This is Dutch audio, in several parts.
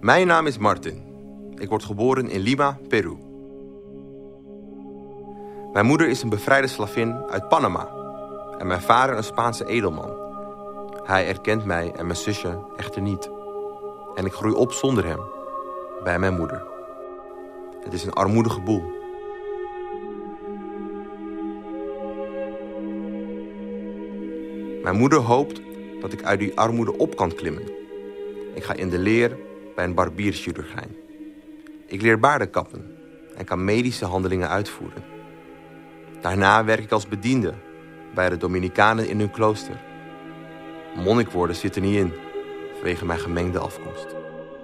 Mijn naam is Martin. Ik word geboren in Lima, Peru. Mijn moeder is een bevrijde slavin uit Panama en mijn vader een Spaanse edelman. Hij erkent mij en mijn zusje echter niet. En ik groei op zonder hem, bij mijn moeder. Het is een armoedige boel. Mijn moeder hoopt dat ik uit die armoede op kan klimmen. Ik ga in de leer bij een barbierchirurgijn. Ik leer baarden kappen en kan medische handelingen uitvoeren. Daarna werk ik als bediende bij de Dominicanen in hun klooster. Monnik worden zit er niet in, vanwege mijn gemengde afkomst.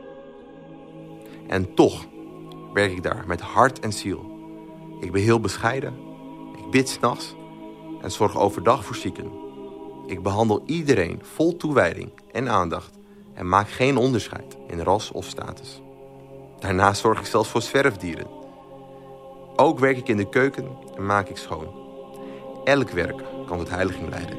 En toch werk ik daar met hart en ziel. Ik ben heel bescheiden, ik bid 's nachts en zorg overdag voor zieken. Ik behandel iedereen vol toewijding en aandacht en maak geen onderscheid in ras of status. Daarnaast zorg ik zelfs voor zwerfdieren. Ook werk ik in de keuken en maak ik schoon. Elk werk kan tot heiliging leiden.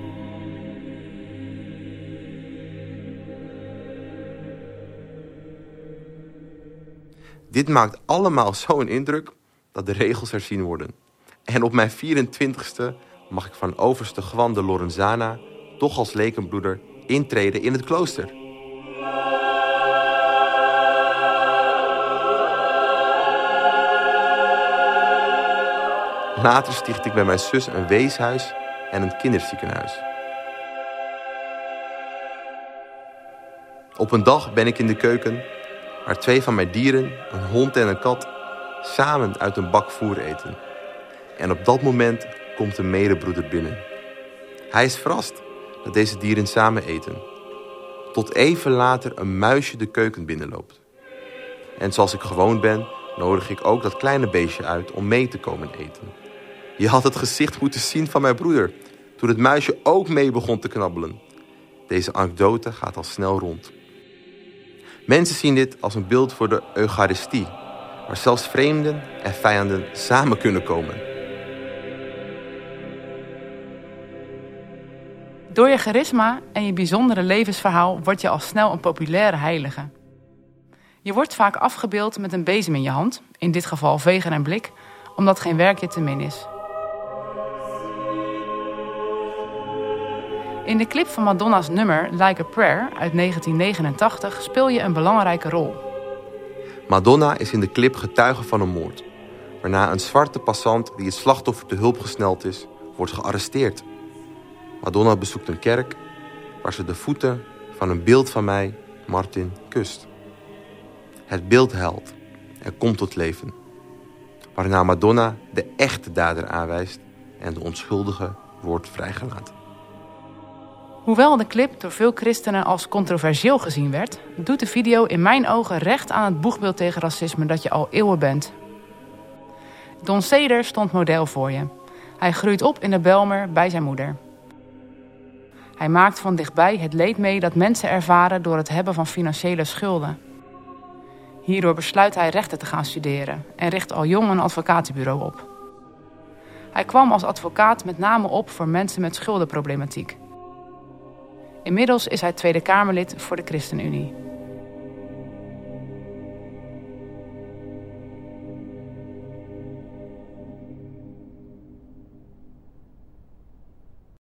Dit maakt allemaal zo'n indruk dat de regels herzien worden. En op mijn 24ste mag ik van overste Juan de Lorenzana toch als lekenbroeder intreden in het klooster. Later sticht ik bij mijn zus een weeshuis en een kinderziekenhuis. Op een dag ben ik in de keuken waar 2 van mijn dieren, een hond en een kat, samen uit een bak voer eten. En op dat moment komt een medebroeder binnen. Hij is verrast dat deze dieren samen eten. Tot even later een muisje de keuken binnenloopt. En zoals ik gewoon ben, nodig ik ook dat kleine beestje uit om mee te komen eten. Je had het gezicht moeten zien van mijn broeder toen het muisje ook mee begon te knabbelen. Deze anekdote gaat al snel rond. Mensen zien dit als een beeld voor de Eucharistie, waar zelfs vreemden en vijanden samen kunnen komen. Door je charisma en je bijzondere levensverhaal word je al snel een populaire heilige. Je wordt vaak afgebeeld met een bezem in je hand, in dit geval veger en blik, omdat geen werk je te min is. In de clip van Madonna's nummer Like a Prayer uit 1989 speel je een belangrijke rol. Madonna is in de clip getuige van een moord, waarna een zwarte passant die het slachtoffer te hulp gesneld is, wordt gearresteerd. Madonna bezoekt een kerk waar ze de voeten van een beeld van mij, Martin, kust. Het beeld huilt en komt tot leven, waarna Madonna de echte dader aanwijst en de onschuldige wordt vrijgelaten. Hoewel de clip door veel christenen als controversieel gezien werd, doet de video in mijn ogen recht aan het boegbeeld tegen racisme dat je al eeuwen bent. Don Ceder stond model voor je. Hij groeit op in de Bijlmer bij zijn moeder. Hij maakt van dichtbij het leed mee dat mensen ervaren door het hebben van financiële schulden. Hierdoor besluit hij rechten te gaan studeren en richt al jong een advocatenbureau op. Hij kwam als advocaat met name op voor mensen met schuldenproblematiek. Inmiddels is hij Tweede Kamerlid voor de ChristenUnie.